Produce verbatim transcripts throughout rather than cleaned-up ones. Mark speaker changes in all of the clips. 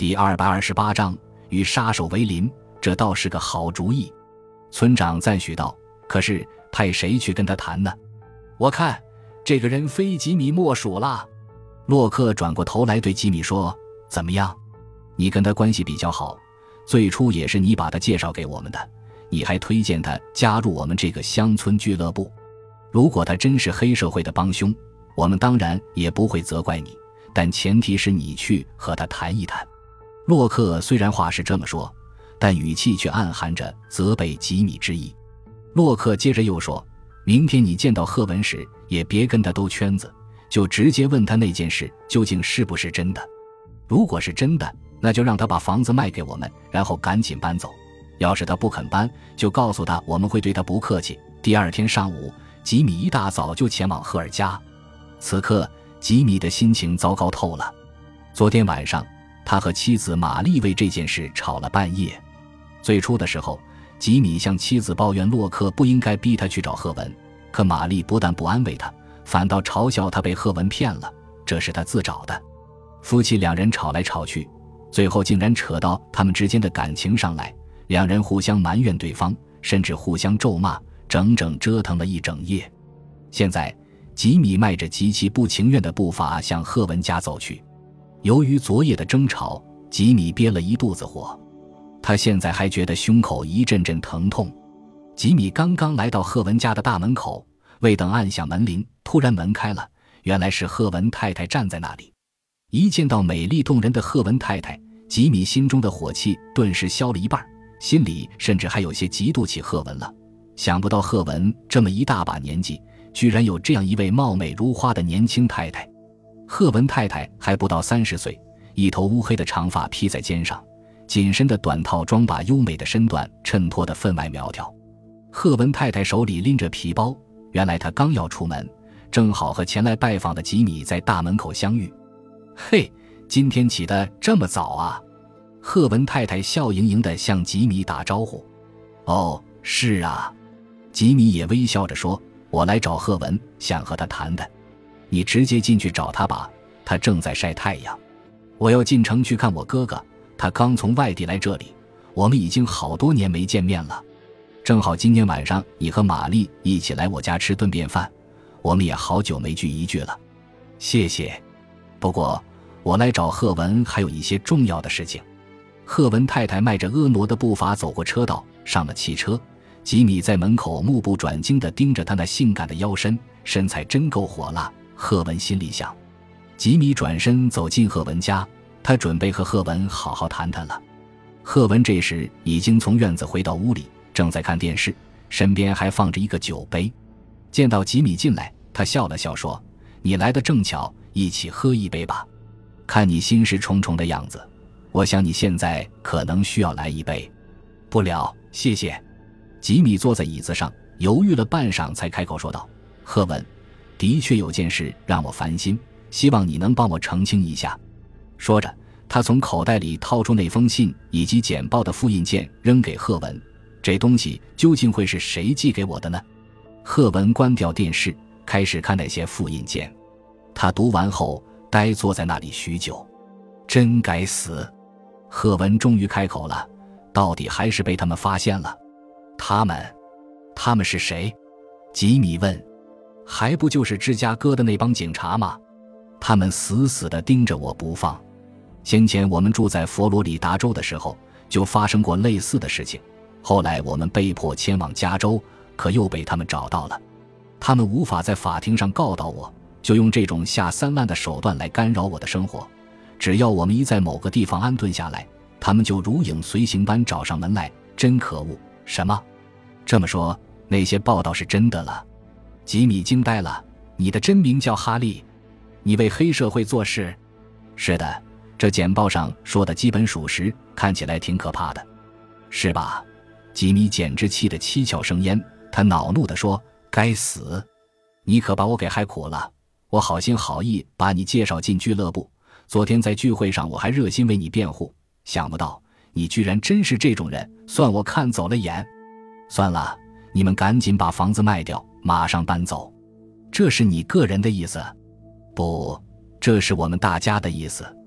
Speaker 1: 第二百二十八章与杀手为邻，这倒是个好主意。村长赞许道，可是派谁去跟他谈呢？我看这个人非吉米莫属了。洛克转过头来对吉米说，怎么样，你跟他关系比较好，最初也是你把他介绍给我们的，你还推荐他加入我们这个乡村俱乐部。如果他真是黑社会的帮凶，我们当然也不会责怪你，但前提是你去和他谈一谈。洛克虽然话是这么说，但语气却暗含着责备吉米之意。洛克接着又说，明天你见到赫文时也别跟他兜圈子，就直接问他那件事究竟是不是真的。如果是真的，那就让他把房子卖给我们，然后赶紧搬走。要是他不肯搬，就告诉他我们会对他不客气。第二天上午，吉米一大早就前往赫尔家。此刻吉米的心情糟糕透了。昨天晚上他和妻子玛丽为这件事吵了半夜。最初的时候，吉米向妻子抱怨洛克不应该逼他去找赫文，可玛丽不但不安慰他，反倒嘲笑他被赫文骗了，这是他自找的。夫妻两人吵来吵去，最后竟然扯到他们之间的感情上来，两人互相埋怨对方，甚至互相咒骂，整整折腾了一整夜。现在吉米迈着极其不情愿的步伐向赫文家走去。由于昨夜的争吵，吉米憋了一肚子火，他现在还觉得胸口一阵阵疼痛。吉米刚刚来到赫文家的大门口，未等按响门铃，突然门开了，原来是赫文太太站在那里。一见到美丽动人的赫文太太，吉米心中的火气顿时消了一半，心里甚至还有些嫉妒起赫文了。想不到赫文这么一大把年纪，居然有这样一位貌美如花的年轻太太。赫文太太还不到三十岁，一头乌黑的长发披在肩上，紧身的短套装把优美的身段衬托得分外苗条。赫文太太手里拎着皮包，原来她刚要出门，正好和前来拜访的吉米在大门口相遇。嘿，今天起得这么早啊？赫文太太笑盈盈地向吉米打招呼。哦，是啊。吉米也微笑着说，我来找赫文，想和他谈谈。你直接进去找他吧，他正在晒太阳。我要进城去看我哥哥，他刚从外地来这里，我们已经好多年没见面了。正好今天晚上你和玛丽一起来我家吃顿便饭，我们也好久没聚一聚了。谢谢。不过我来找赫文还有一些重要的事情。赫文太太迈着婀娜的步伐走过车道，上了汽车。吉米在门口目不转睛地盯着她那性感的腰身，身材真够火辣，赫文心里想。吉米转身走进赫文家，他准备和赫文好好谈谈了。赫文这时已经从院子回到屋里，正在看电视，身边还放着一个酒杯。见到吉米进来，他笑了笑说，你来得正巧，一起喝一杯吧。看你心事重重的样子，我想你现在可能需要来一杯。不了，谢谢。吉米坐在椅子上，犹豫了半晌才开口说道，赫文，的确有件事让我烦心，希望你能帮我澄清一下。说着，他从口袋里掏出那封信以及简报的复印件扔给赫文，这东西究竟会是谁寄给我的呢？赫文关掉电视，开始看那些复印件。他读完后呆坐在那里许久。真该死。赫文终于开口了，到底还是被他们发现了。他们他们是谁？吉米问。还不就是芝加哥的那帮警察吗？他们死死地盯着我不放。先前我们住在佛罗里达州的时候就发生过类似的事情，后来我们被迫迁往加州，可又被他们找到了。他们无法在法庭上告到我，就用这种下三滥的手段来干扰我的生活。只要我们一在某个地方安顿下来，他们就如影随形般找上门来，真可恶。什么？这么说那些报道是真的了？吉米惊呆了。你的真名叫哈利？你为黑社会做事？是的，这简报上说的基本属实，看起来挺可怕的。是吧？吉米简直气得七窍生烟，他恼怒地说，该死，你可把我给害苦了。我好心好意把你介绍进俱乐部，昨天在聚会上我还热心为你辩护，想不到你居然真是这种人，算我看走了眼。算了，你们赶紧把房子卖掉，马上搬走。这是你个人的意思？不，这是我们大家的意思。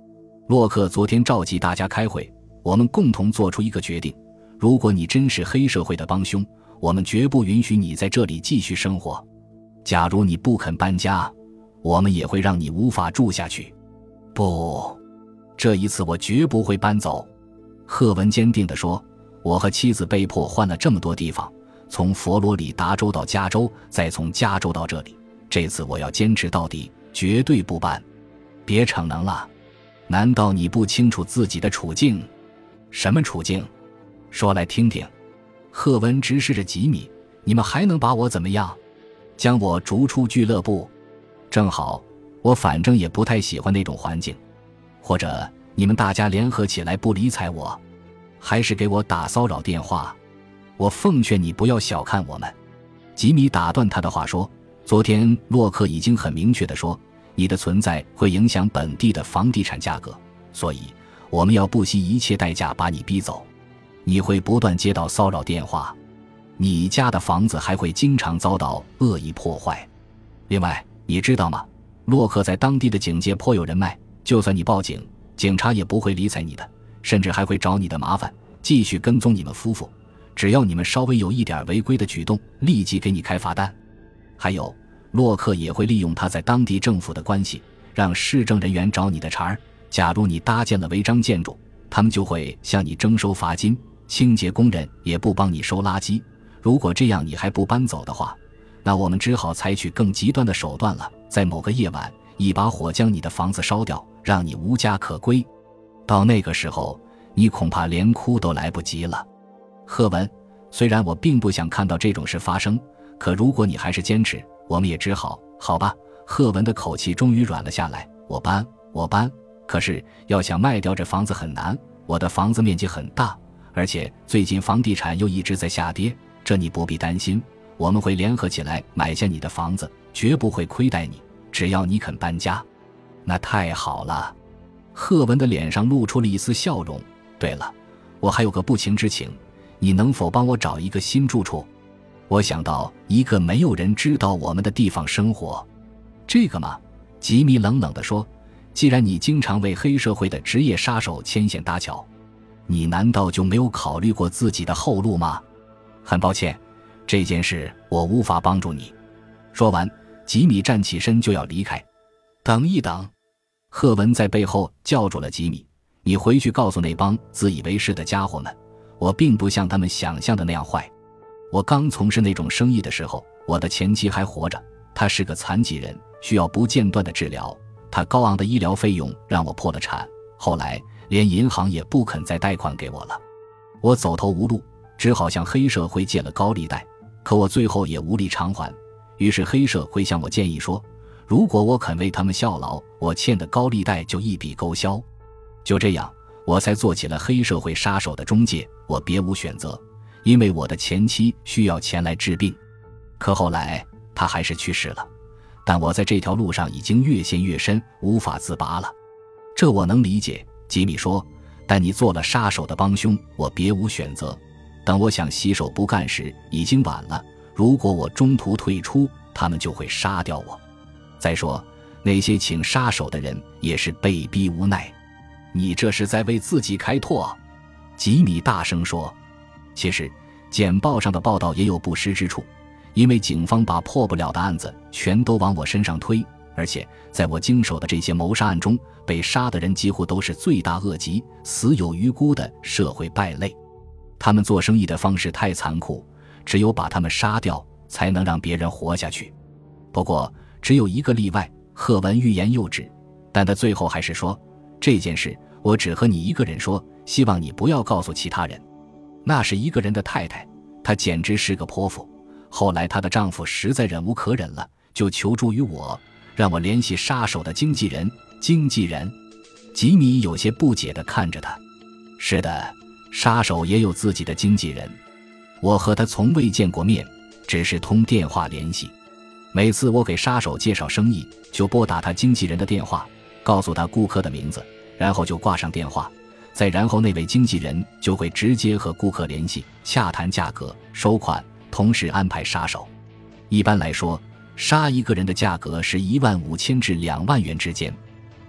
Speaker 1: 洛克昨天召集大家开会，我们共同做出一个决定，如果你真是黑社会的帮凶，我们绝不允许你在这里继续生活。假如你不肯搬家，我们也会让你无法住下去。不，这一次我绝不会搬走。赫文坚定地说，我和妻子被迫换了这么多地方，从佛罗里达州到加州，再从加州到这里，这次我要坚持到底，绝对不搬。别逞能了，难道你不清楚自己的处境？什么处境？说来听听。赫文直视着吉米，你们还能把我怎么样？将我逐出俱乐部？正好，我反正也不太喜欢那种环境。或者你们大家联合起来不理睬我，还是给我打骚扰电话。我奉劝你不要小看我们。吉米打断他的话说，昨天洛克已经很明确地说，你的存在会影响本地的房地产价格，所以我们要不惜一切代价把你逼走。你会不断接到骚扰电话，你家的房子还会经常遭到恶意破坏。另外，你知道吗？洛克在当地的警界颇有人脉，就算你报警，警察也不会理睬你的，甚至还会找你的麻烦，继续跟踪你们夫妇。只要你们稍微有一点违规的举动，立即给你开罚单。还有，洛克也会利用他在当地政府的关系，让市政人员找你的茬儿。假如你搭建了违章建筑，他们就会向你征收罚金，清洁工人也不帮你收垃圾。如果这样你还不搬走的话，那我们只好采取更极端的手段了，在某个夜晚，一把火将你的房子烧掉，让你无家可归。到那个时候，你恐怕连哭都来不及了。赫文，虽然我并不想看到这种事发生，可如果你还是坚持，我们也只好，好吧。赫文的口气终于软了下来，我搬，我搬，可是要想卖掉这房子很难，我的房子面积很大，而且最近房地产又一直在下跌，这你不必担心，我们会联合起来买下你的房子，绝不会亏待你，只要你肯搬家。那太好了。赫文的脸上露出了一丝笑容。对了，我还有个不情之请，你能否帮我找一个新住处？我想到一个没有人知道我们的地方生活。这个吗？吉米冷冷地说，既然你经常为黑社会的职业杀手牵线搭桥，你难道就没有考虑过自己的后路吗？很抱歉，这件事我无法帮助你。说完，吉米站起身就要离开。等一等。赫文在背后叫住了吉米，你回去告诉那帮自以为是的家伙们，我并不像他们想象的那样坏。我刚从事那种生意的时候，我的前妻还活着，她是个残疾人，需要不间断的治疗，她高昂的医疗费用让我破了产，后来连银行也不肯再贷款给我了。我走投无路，只好向黑社会借了高利贷，可我最后也无力偿还，于是黑社会向我建议说，如果我肯为他们效劳，我欠的高利贷就一笔勾销。就这样，我才做起了黑社会杀手的中介，我别无选择，因为我的前妻需要钱来治病。可后来她还是去世了，但我在这条路上已经越陷越深，无法自拔了。这我能理解，吉米说，但你做了杀手的帮凶，我别无选择。等我想洗手不干时，已经晚了，如果我中途退出，他们就会杀掉我。再说，那些请杀手的人也是被逼无奈。你这是在为自己开脱。吉米大声说。其实简报上的报道也有不实之处，因为警方把破不了的案子全都往我身上推，而且在我经手的这些谋杀案中，被杀的人几乎都是罪大恶极、死有余辜的社会败类。他们做生意的方式太残酷，只有把他们杀掉，才能让别人活下去。不过只有一个例外，赫文欲言又止，但他最后还是说，这件事我只和你一个人说，希望你不要告诉其他人。那是一个人的太太，她简直是个泼妇。后来她的丈夫实在忍无可忍了，就求助于我，让我联系杀手的经纪人。经纪人？吉米有些不解地看着他。是的，杀手也有自己的经纪人。我和他从未见过面，只是通电话联系。每次我给杀手介绍生意，就拨打他经纪人的电话，告诉他顾客的名字，然后就挂上电话。再然后那位经纪人就会直接和顾客联系，洽谈价格、收款，同时安排杀手。一般来说，杀一个人的价格是一万五千至两万元之间。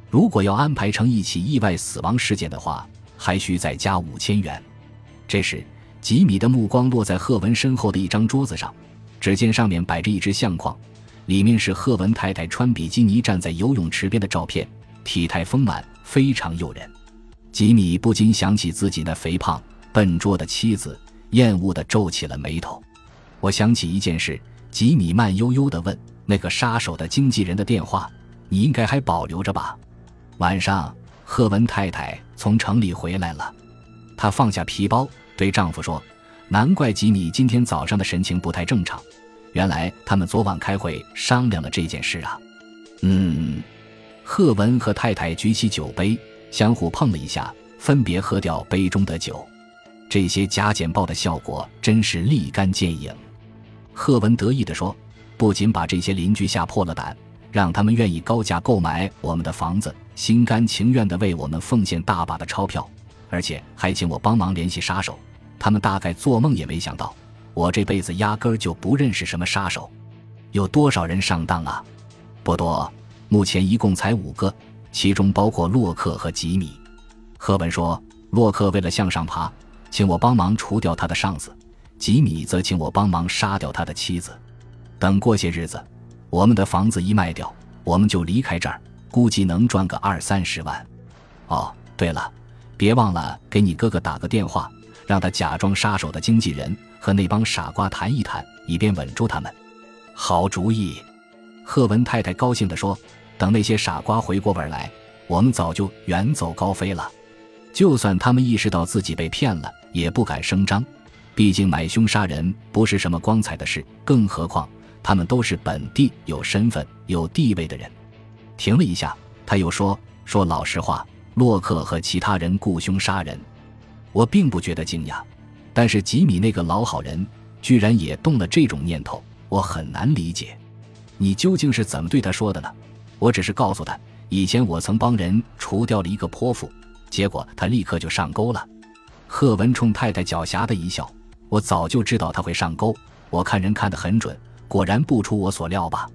Speaker 1: 如果要安排成一起意外死亡事件的话，还需再加五千元。这时吉米的目光落在赫文身后的一张桌子上，只见上面摆着一只相框，里面是赫文太太穿比基尼站在游泳池边的照片，体态丰满，非常诱人。吉米不禁想起自己那肥胖笨拙的妻子，厌恶地皱起了眉头。我想起一件事，吉米慢悠悠地问，那个杀手的经纪人的电话你应该还保留着吧？晚上赫文太太从城里回来了，她放下皮包对丈夫说，难怪吉米今天早上的神情不太正常，原来他们昨晚开会商量了这件事啊。嗯，赫文和太太举起酒杯相互碰了一下，分别喝掉杯中的酒。这些假简报的效果真是立竿见影。赫文得意地说，不仅把这些邻居吓破了胆，让他们愿意高价购买我们的房子，心甘情愿地为我们奉献大把的钞票，而且还请我帮忙联系杀手。他们大概做梦也没想到，我这辈子压根儿就不认识什么杀手。有多少人上当啊？不多，目前一共才五个，其中包括洛克和吉米。赫文说，洛克为了向上爬，请我帮忙除掉他的上司，吉米则请我帮忙杀掉他的妻子。等过些日子，我们的房子一卖掉，我们就离开这儿，估计能赚个二三十万。哦，对了，别忘了给你哥哥打个电话，让他假装杀手的经纪人，和那帮傻瓜谈一谈，以便稳住他们。好主意，赫文太太高兴地说，等那些傻瓜回过味来，我们早就远走高飞了。就算他们意识到自己被骗了，也不敢声张，毕竟买凶杀人不是什么光彩的事，更何况他们都是本地有身份有地位的人。停了一下，他又说，说老实话，洛克和其他人雇凶杀人，我并不觉得惊讶，但是吉米那个老好人居然也动了这种念头，我很难理解。你究竟是怎么对他说的呢？我只是告诉他，以前我曾帮人除掉了一个泼妇，结果他立刻就上钩了。赫文冲太太狡黠的一笑，我早就知道他会上钩，我看人看得很准，果然不出我所料吧。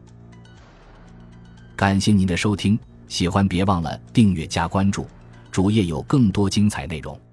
Speaker 1: 感谢您的收听，喜欢别忘了订阅加关注，主页有更多精彩内容。